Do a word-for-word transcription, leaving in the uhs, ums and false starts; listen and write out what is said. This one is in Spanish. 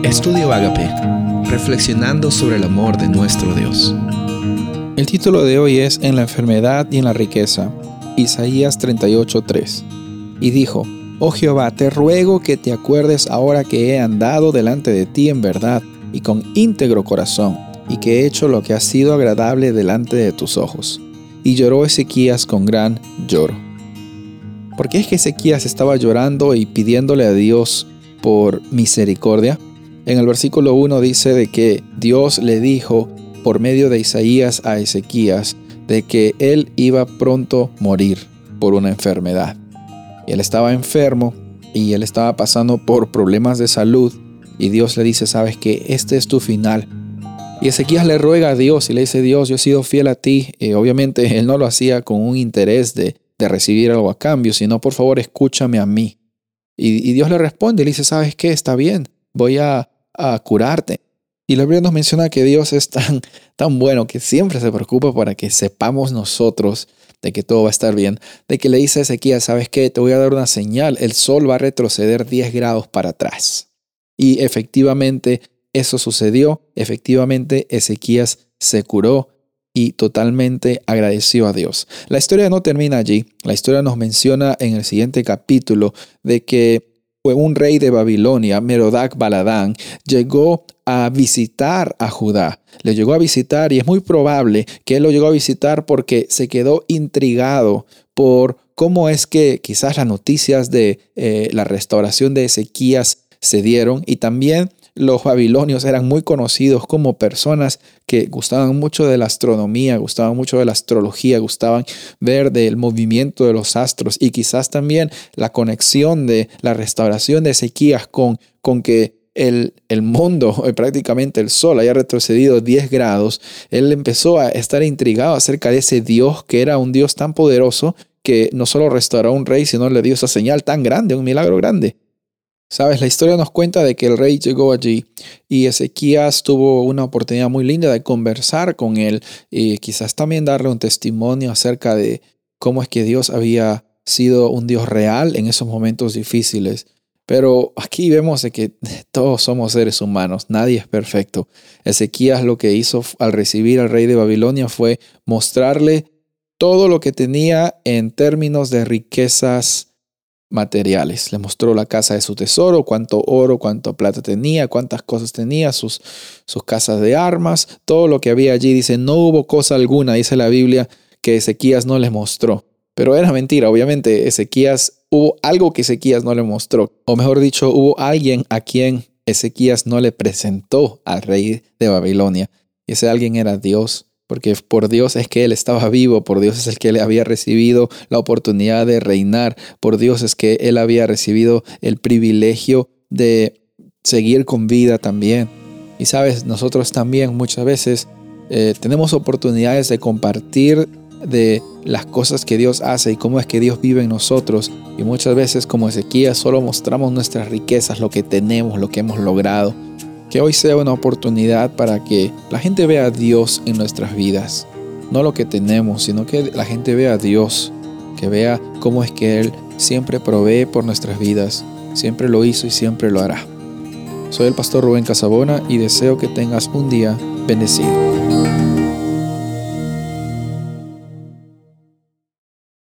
Estudio Ágape, reflexionando sobre el amor de nuestro Dios. El título de hoy es En la enfermedad y en la riqueza, Isaías treinta y ocho, tres. Y dijo: Oh Jehová, te ruego que te acuerdes ahora que he andado delante de ti en verdad y con íntegro corazón, y que he hecho lo que ha sido agradable delante de tus ojos. Y lloró Ezequías con gran lloro. ¿Por qué es que Ezequías estaba llorando y pidiéndole a Dios por misericordia? En el versículo uno dice de que Dios le dijo por medio de Isaías a Ezequías de que él iba pronto a morir por una enfermedad. Él estaba enfermo y él estaba pasando por problemas de salud, y Dios le dice: sabes que este es tu final. Y Ezequías le ruega a Dios y le dice: Dios, yo he sido fiel a ti. Y obviamente él no lo hacía con un interés de, de recibir algo a cambio, sino por favor escúchame a mí. Y, y Dios le responde y le dice: ¿sabes qué? Está bien, voy a, a curarte. Y la Biblia nos menciona que Dios es tan, tan bueno que siempre se preocupa para que sepamos nosotros de que todo va a estar bien. De que le dice a Ezequías: ¿sabes qué? Te voy a dar una señal. El sol va a retroceder diez grados para atrás. Y efectivamente eso sucedió. Efectivamente Ezequías se curó y totalmente agradeció a Dios. La historia no termina allí. La historia nos menciona en el siguiente capítulo de que un rey de Babilonia, Merodach Baladán, llegó a visitar a Judá. Le llegó a visitar y es muy probable que él lo llegó a visitar porque se quedó intrigado por cómo es que quizás las noticias de eh, la restauración de Ezequías se dieron, y también los babilonios eran muy conocidos como personas que gustaban mucho de la astronomía, gustaban mucho de la astrología, gustaban ver del movimiento de los astros, y quizás también la conexión de la restauración de Ezequías con, con que el, el mundo, prácticamente el sol, haya retrocedido diez grados. Él empezó a estar intrigado acerca de ese Dios que era un Dios tan poderoso que no solo restauró a un rey, sino le dio esa señal tan grande, un milagro grande. Sabes, la historia nos cuenta de que el rey llegó allí y Ezequías tuvo una oportunidad muy linda de conversar con él y quizás también darle un testimonio acerca de cómo es que Dios había sido un Dios real en esos momentos difíciles. Pero aquí vemos de que todos somos seres humanos, nadie es perfecto. Ezequías lo que hizo al recibir al rey de Babilonia fue mostrarle todo lo que tenía en términos de riquezas materiales. Le mostró la casa de su tesoro, cuánto oro, cuánto plata tenía, cuántas cosas tenía, sus, sus casas de armas, todo lo que había allí. Dice: no hubo cosa alguna, dice la Biblia, que Ezequías no les mostró. Pero era mentira, obviamente. Ezequías, hubo algo que Ezequías no le mostró. O mejor dicho, hubo alguien a quien Ezequías no le presentó al rey de Babilonia. Y ese alguien era Dios. Porque por Dios es que él estaba vivo, por Dios es el que él había recibido la oportunidad de reinar, por Dios es que él había recibido el privilegio de seguir con vida también. Y sabes, nosotros también muchas veces eh, tenemos oportunidades de compartir de las cosas que Dios hace y cómo es que Dios vive en nosotros. Y muchas veces, como Ezequías, solo mostramos nuestras riquezas, lo que tenemos, lo que hemos logrado. Que hoy sea una oportunidad para que la gente vea a Dios en nuestras vidas. No lo que tenemos, sino que la gente vea a Dios. Que vea cómo es que Él siempre provee por nuestras vidas. Siempre lo hizo y siempre lo hará. Soy el pastor Rubén Casabona y deseo que tengas un día bendecido.